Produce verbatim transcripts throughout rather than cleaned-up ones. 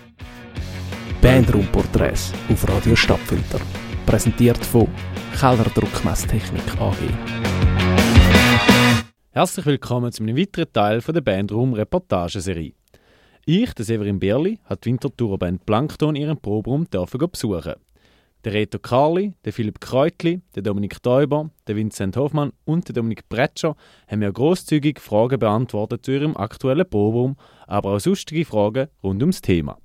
Bandraumporträts auf Radio Stadtfilter. Präsentiert von Keller Druckmesstechnik A G. Herzlich willkommen zu einem weiteren Teil der Bandraum-Reportageserie. Ich, der Severin Bierli, habe die Winterthurer Band Plankton ihren Proberaum besuchen. Der Reto Karli, der Philipp Kreutli, der Dominik Teuber, der Vincent Hoffmann und der Dominik Bretscher haben mir grosszügig Fragen beantwortet zu ihrem aktuellen Proberaum, aber auch sonstige Fragen rund ums Thema.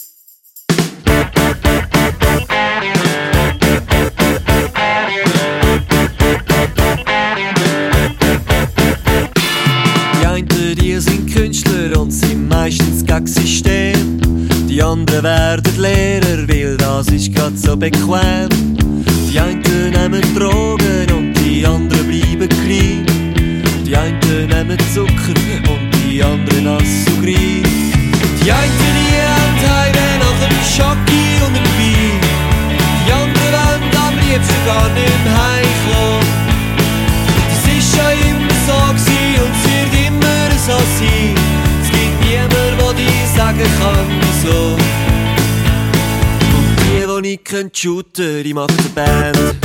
Die einen, die sind Künstler und sind meistens gegen System. Die anderen werden Lehrer, weil das ist grad so bequem. Die einen nehmen Drogen und die anderen bleiben klein. Die einen nehmen Zucker und die anderen Assugrin. Die einen, die haben Heimweh nach einem Schocki und einem Wein. Die anderen wollen am liebsten gar nicht mehr heimkommen. Das ist schon immer so gewesen und es wird immer so sein. Es gibt niemanden, der dir sagen kann, wieso. Und die, die nicht können shooten, die macht eine Band.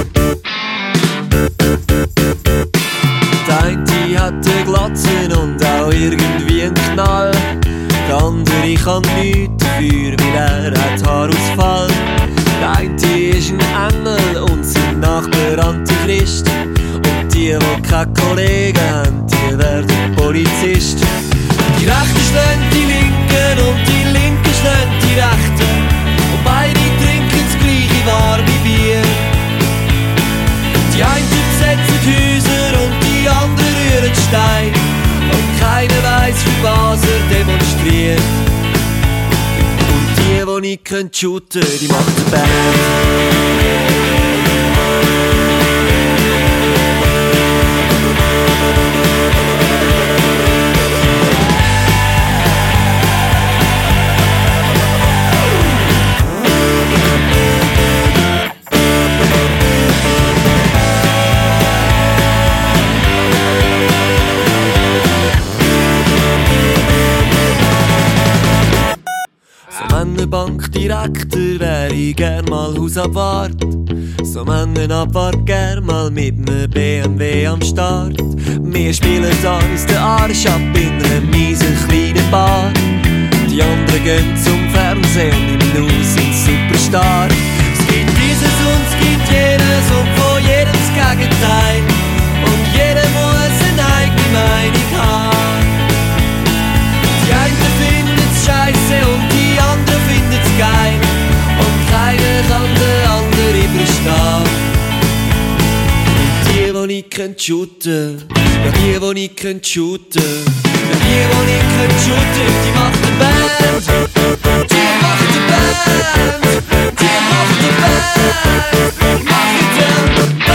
Der eine hat eine Glatze und auch irgendwie einen Knall. Der andere kann nichts dafür, weil er hat Haarausfall. Der eine ist ein Engel und sein Nachbar Antichrist. Und die, die keine Kollegen haben, die werden Polizist. Die Rechten schlagen die Linken und die Linken schlagen die Rechten. Und beide trinken das gleiche warme Bier. Die einen besetzen die Häuser und die anderen rühren Stein. Und keiner weiss, für was er demonstriert. Und die, die nicht können shooten, die macht eine Band. Bankdirektor wär ich gern mal Hausabwart. So Männerabwart gern mal mit nem B M W am Start. Wir spielen uns den Arsch ab in einer miesen kleinen Bar. Die anderen gehen zum Fernsehen und im Nu sind Superstar. Es gibt dieses und es gibt jenes und von jedem das Gegenteil. Und jeder muss eine eigene Meinung haben. Die einen finden's scheisse und die anderen finden's geil. Und keiner kann den anderen verstehen. Und die, die nicht können shooten, ja die, die nicht können shooten, ja die, die nicht können shooten, die macht eine Band. Die macht eine Band. Die macht eine Band. Macht eine Band.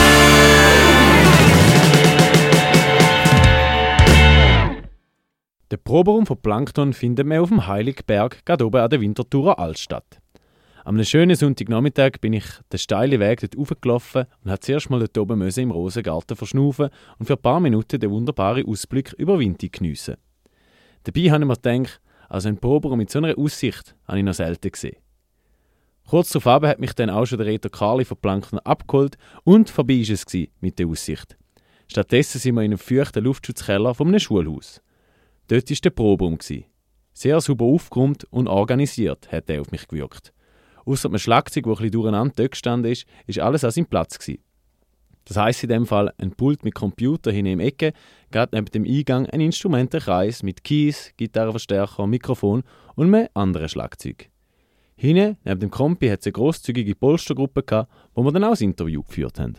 Den Proberaum von Plankton findet man auf dem Heiligberg, gerade oben an der Winterthurer Altstadt. Am einem schönen Sonntagnachmittag bin ich den steilen Weg dort hochgelaufen und musste zuerst mal dort oben im Rosengarten verschnaufen und für ein paar Minuten den wunderbaren Ausblick über Winti geniessen. Dabei habe ich mir gedacht, also einen Proberaum mit so einer Aussicht habe ich noch selten gesehen. Kurz darauf hat mich dann auch schon der Reto Karli von Plankton abgeholt und vorbei war es mit der Aussicht. Stattdessen sind wir in einem feuchten Luftschutzkeller von einem Schulhaus. Dort war der Proberaum. Sehr sauber aufgeräumt und organisiert hat er auf mich gewirkt. Ausser dem Schlagzeug, das ein bisschen durcheinander dort gestanden ist, ist alles an seinem Platz gewesen. Das heisst in dem Fall ein Pult mit Computer hinten im Ecke, gerade neben dem Eingang ein Instrumentenkreis mit Keys, Gitarrenverstärker, Mikrofon und einem anderen Schlagzeug. Hinten neben dem Kompi hat es eine grosszügige Polstergruppe gehabt, wo wir dann auch das Interview geführt haben.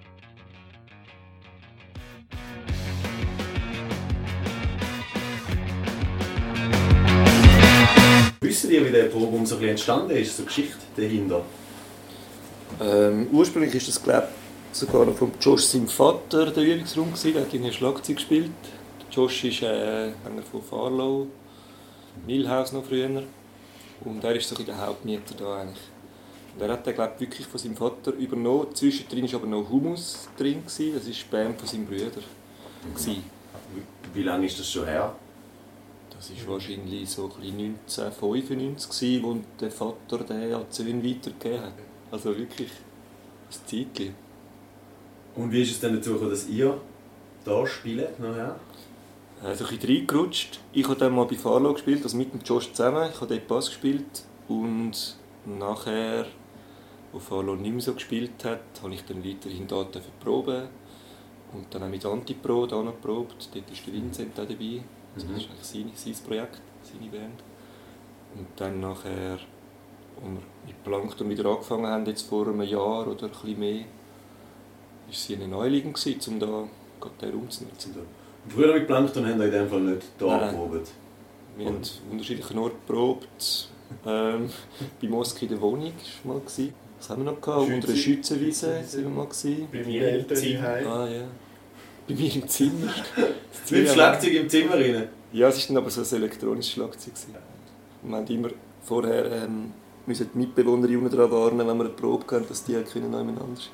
Wissen ihr, wie der Proberaum so ein bisschen entstanden ist, so eine Geschichte dahinter? Ähm, ursprünglich ist das, glaube ich, sogar noch von Josh seinem Vater der Übungsraum gewesen. Der hat in Schlagzeug gespielt. Josh ist äh, von Farlow, Milhaus noch früher. Und er ist so ein bisschen der Hauptmieter da eigentlich. Und er hat den, glaube ich, wirklich von seinem Vater übernommen. Zwischendrin war aber noch Humus drin gewesen. Das war die Band von seinem Bruder gewesen. Wie, wie lange ist das schon her? Das war wahrscheinlich so neunzehnhundertfünfundneunzig, als der Vater den an die Söhne weitergegeben hat. Also wirklich ein Zeitchen. Und wie ist es denn dazu gekommen, dass ihr hier spielt nachher? Also ein bisschen reingerutscht. Ich habe dann mal bei Farlow gespielt, also mit dem Josh zusammen. Ich habe dort Bass gespielt und nachher, als Farlow nicht mehr so gespielt hat, habe ich dann weiterhin da proben und dann auch mit Antipro da noch geprobt. Dort ist der Vincent auch dabei. Also das ist eigentlich sein, sein Projekt, seine Band. Und dann nachher, als wir mit Plankton wieder angefangen haben, jetzt vor einem Jahr oder ein bisschen mehr, war sie eine Neuligung, um da den Raum zu nutzen. Und früher mit Plankton haben wir in dem Fall nicht hier geprobt? Wir haben unterschiedlichen Orten geprobt. Ähm, bei Moskau in der Wohnung war mal. Was haben wir noch gehabt? Unter einer Schützenwiese waren wir mal. Bei mir im Zimmer. Ah, ja. Bei mir im Zimmer. Mit dem Schlagzeug im Zimmer rein? Ja, es war dann aber so ein elektronisches Schlagzeug. Wir haben immer vorher ähm, müssen die Mitbewohner unten daran warnen, wenn wir eine Probe hatten, dass die noch miteinander sind.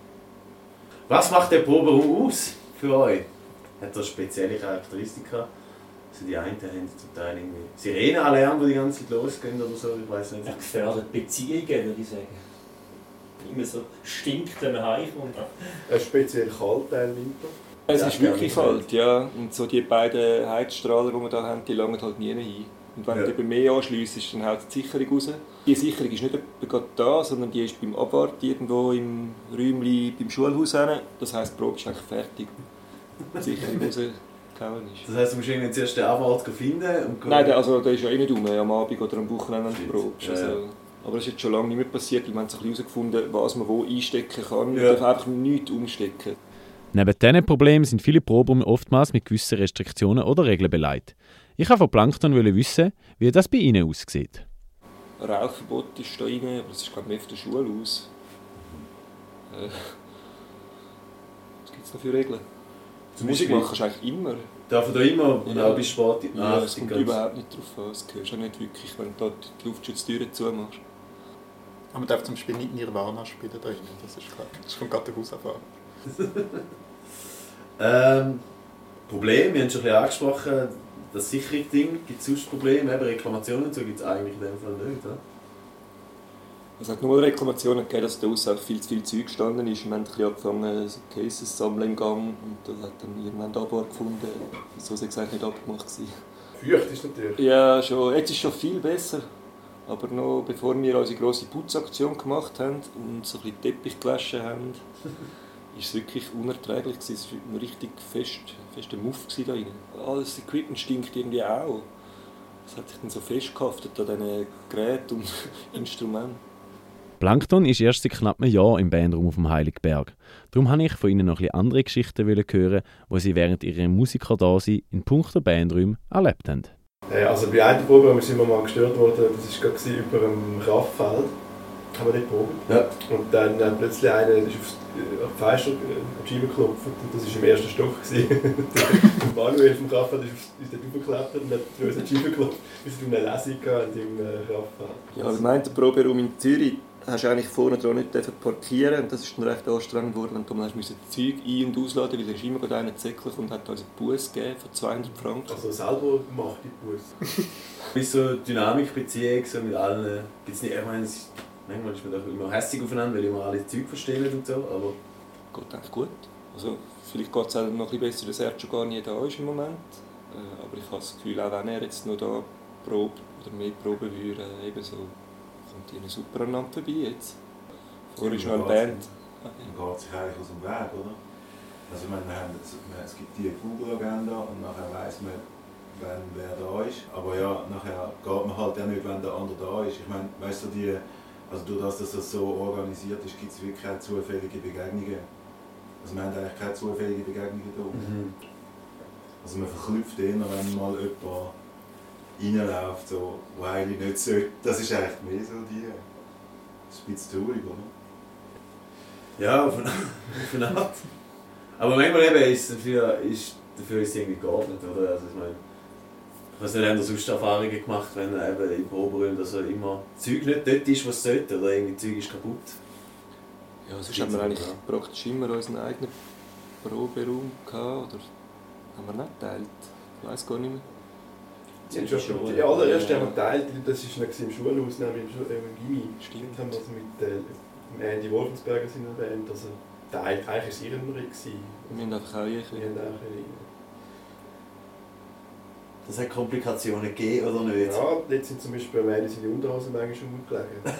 Was macht der Proberaum aus für euch? Hat das spezielle Charakteristika? Also die einen haben zum Teil irgendwie Sirenenalarm, die die ganze Zeit losgehen oder so, ich weiß nicht. Er gefährdet Beziehungen, würde ich sagen. Immer so stinkt, wenn man heimkommt. Es ist speziell kalt im Winter. Es Ja, ist wirklich kalt, ja. Und so die beiden Heizstrahler, die wir hier haben, die langen halt nie hin. Und wenn ja. du über mehr anschliessest, dann haut die Sicherung raus. Die Sicherung ist nicht gerade da, sondern die ist beim Abwart irgendwo im Räumchen beim Schulhaus hin. Das heisst, die Probe ist eigentlich fertig. Die Sicherung rausgehauen ist. Das heisst, du musst irgendwie zuerst den Abwart finden? Und Nein, der, also, der ist ja eh nicht rum, am Abend oder am Wochenende an der Probe. Ja, also, ja. aber das ist jetzt schon lange nicht mehr passiert, weil wir haben herausgefunden, was man wo einstecken kann. Ja. Man darf einfach nichts umstecken. Neben diesen Problemen sind viele Proben oftmals mit gewissen Restriktionen oder Regeln beleidigt. Ich wollte von Plankton wissen, wie das bei Ihnen aussieht. Rauchverbot ist da rein, aber das ist glaube ich mehr von der Schule aus. Äh, was gibt es noch für Regeln? Zum Musik Beispiel- machen kannst du eigentlich immer. Darf er da immer und Ja. auch bis spät in die Ja, Nacht? es kommt ganz- überhaupt nicht drauf an, das hörst du auch nicht wirklich, wenn du da die Luftschutztüren zumachst. Aber man darf zum Beispiel nicht Nirvana spielen da drin, das ist klar. Das kommt gerade der Hauserfahrung. Ähm, Problem, wir haben schon ein bisschen angesprochen, das Sicherungsding, gibt es sonst Probleme? Eben Reklamationen und so gibt es eigentlich in dem Fall nicht, oder? Es hat nur Reklamationen gegeben, dass da auch viel zu viel Zeug gestanden ist. Wir haben ein bisschen angefangen, so Cases zu sammeln im Gang und da hat dann irgendwann Abwart gefunden. So sei es eigentlich nicht abgemacht gewesen. Feucht ist natürlich. Ja, schon. Jetzt ist es schon viel besser. Aber noch bevor wir unsere grosse Putzaktion gemacht haben und so ein bisschen Teppich gewaschen haben, war es wirklich unerträglich. Es war ein richtig fest, fester Muff da drin. Alles Equipment stinkt irgendwie auch. Es hat sich dann so festgehaftet an diesen Geräten und Instrumenten. Plankton ist erst seit knapp einem Jahr im Bandraum auf dem Heiligberg. Darum wollte ich von Ihnen noch ein bisschen andere Geschichten hören, die Sie während Ihrer Musiker-Dasein in puncto Bandräumen erlebt haben. Äh, Also bei einem Programm sind wir mal gestört worden, das war gerade über dem Kraftfeld. Haben wir nicht probiert. Ja. Und dann äh, plötzlich einer ist aufs, äh, auf die Fenster äh, auf die Scheibe geklopft und das war im ersten Stock. Und Manuel vom Kraftfeld ist, auf, ist dort hochgeklettert und hat für uns die Scheibe geklopft. Wir hatten eine Lesung im äh, Kraftfeld. Ja, ich meinte, der Proberaum in Zürich hast du eigentlich vorne dran nicht parkieren und das ist dann recht anstrengend geworden, wenn du mal das Zeug ein- und ausladen, weil da ist immer gerade einer zäcklich und hat uns einen Bus gegeben von zweihundert Franken. Also selber macht die Bus. Wie so Dynamikbeziehung so mit allen, gibt's nicht, ich meine, es- manchmal ist man doch immer hässlich aufeinander, weil immer alle Zeug verstehen und so, aber... Geht eigentlich gut. Also, vielleicht geht es auch noch ein bisschen besser, dass er schon gar nicht da ist im Moment. Äh, aber ich habe das Gefühl, auch wenn er jetzt noch da probt oder mehr proben würde, äh, eben so, kommt hier eine super aneinander vorbei jetzt. Vorher ist noch eine Band. Man geht sich eigentlich aus dem Weg, oder? Also ich meine, wir haben, es gibt die Google-Agenda und nachher weiss man, wenn wer da ist. Aber ja, nachher geht man halt auch nicht, wenn der andere da ist. Ich meine, weißt du, die, also durch das, dass das so organisiert ist, gibt es wirklich keine zufälligen Begegnungen. Also wir haben eigentlich keine zufälligen Begegnungen da. Mhm. Also man verknüpft eher, wenn mal jemand reinläuft, so, wo eigentlich nicht sollte. Das ist eigentlich mehr so die... Das ist ein bisschen traurig, oder? Ja, auf eine, auf eine Art. Aber manchmal eben ist es dafür, ist, dafür ist es irgendwie geordnet, oder? Also ich meine, ich weiß nicht, haben da sonst Erfahrungen gemacht, wenn eben im Proberaum dass immer Zeug nicht dort ist, was es sollte, oder irgendwie Zeug ist kaputt. Ja, sonst haben wir eigentlich praktisch immer unseren eigenen Proberaum gehabt, oder haben wir nicht geteilt? Ich weiss gar nicht mehr. Ja, schon, die allererste haben wir geteilt, das war noch im Schulhaus, nämlich im Gimmi. Stimmt. Haben wir also mit äh, Andy Wolfensberger in einer Band, also der, eigentlich war es ihre Nummer. Wir haben einfach auch ein bisschen. Das hat Komplikationen gegeben, oder nicht? Ja, jetzt sind zum Beispiel am Ende seine Unterhosen manchmal schon gut gelegen.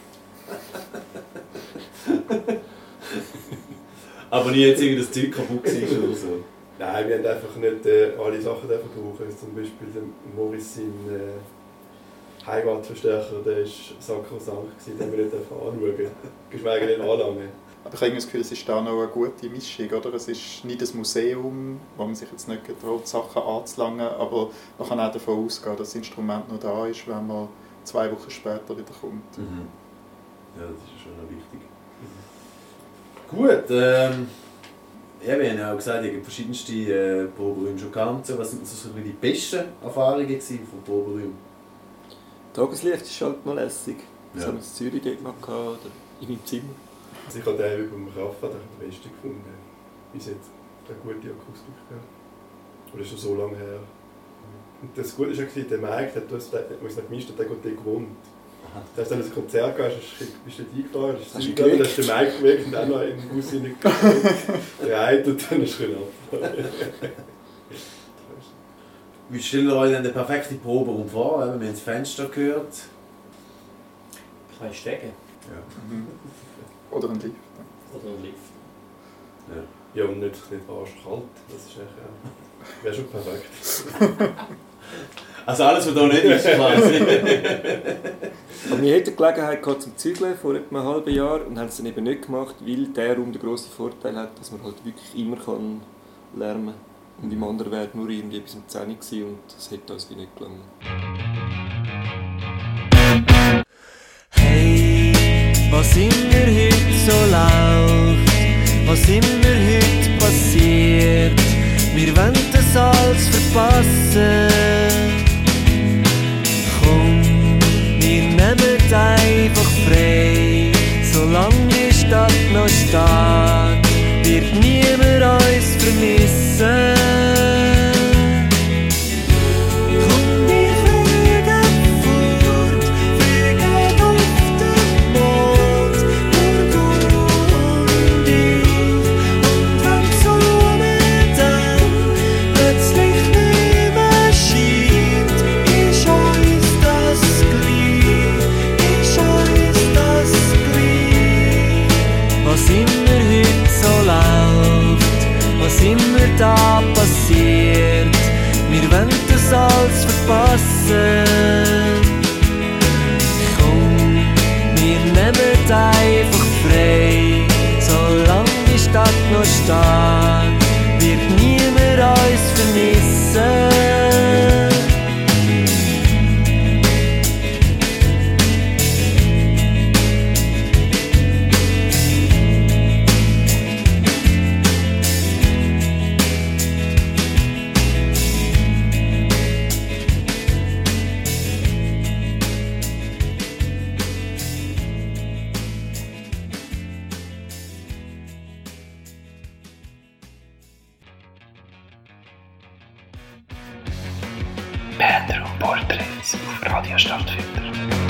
Aber nie jetzt irgendwie das Zeug kaputt war oder so? Nein, wir haben einfach nicht äh, alle Sachen brauchen. Also zum Beispiel der Morris sein äh, Heimatverstärker, der war sakrosankt, den wir nicht anschauen, geschweige denn anlangen. Aber ich habe das Gefühl, es ist da noch eine gute Mischung, oder? Es ist nicht ein Museum, wo man sich jetzt nicht getraut, Sachen anzulangen, aber man kann auch davon ausgehen, dass das Instrument noch da ist, wenn man zwei Wochen später wieder kommt. Mhm. Ja, das ist schon noch wichtig. Gut, ähm, ja, wir haben ja auch gesagt, ich habe verschiedenste äh, Proberäume schon gehabt. Was sind so die besten Erfahrungen von Proberäumen? Tageslicht ist halt noch lässig. Das Ja. haben wir in Zürich dort mal gehabt, oder in meinem Zimmer. Also ich habe den beim Rafa den besten gefunden. Bis jetzt eine gute Akustik gehabt. Oder ist schon so lange her. Und das Gute war ja, der Mike, der uns noch gemischt hat, der hat dort gewohnt. Das heißt, wenn du ein Konzert gehst, bist du nicht eingefahren, hast du Hast du eingefahren, dann hast du den Mike geweckt und auch noch in den Bus hineingegangen und dann ist er abgefahren. Wie stellt ihr euch denn den perfekten Proberaum vor? Wir haben das Fenster gehört. Kleine Stege. Ja. Mhm. Oder ein Lift. Oder ein Lift. Ja, ja und nicht, nicht arschkalt, das ist eigentlich auch, wäre schon perfekt. Also alles, was da nicht ist, quasi. Aber wir hatten die Gelegenheit gehabt zum Zügeln vor etwa einem halben Jahr und haben es dann eben nicht gemacht, weil der Raum den grossen Vorteil hat, dass man halt wirklich immer kann lärmen kann. Und im anderen wäre nur irgendwie bis um zehn Uhr gewesen und das hätte uns wie nicht gelangen. Hey, was immer heute so läuft, was immer heute passiert, wir wollen das alles verpassen. Komm, wir nehmen einfach frei, solange die Stadt noch steht, wird niemand uns vermissen. Komm, wir fliegen fort, fliegen auf den Mond, nur du und ich. Und wenn die Sonne dann plötzlich nicht mehr scheint, ist uns das gleich, ist uns das gleich. Was immer heute so läuft, was immer da passiert, wir wollen das alles verpassen. Komm, wir nehmen einfach frei, solange die Stadt noch steht, wird niemand uns vermissen. Bänder und Porträts auf Radio Stadtfilter.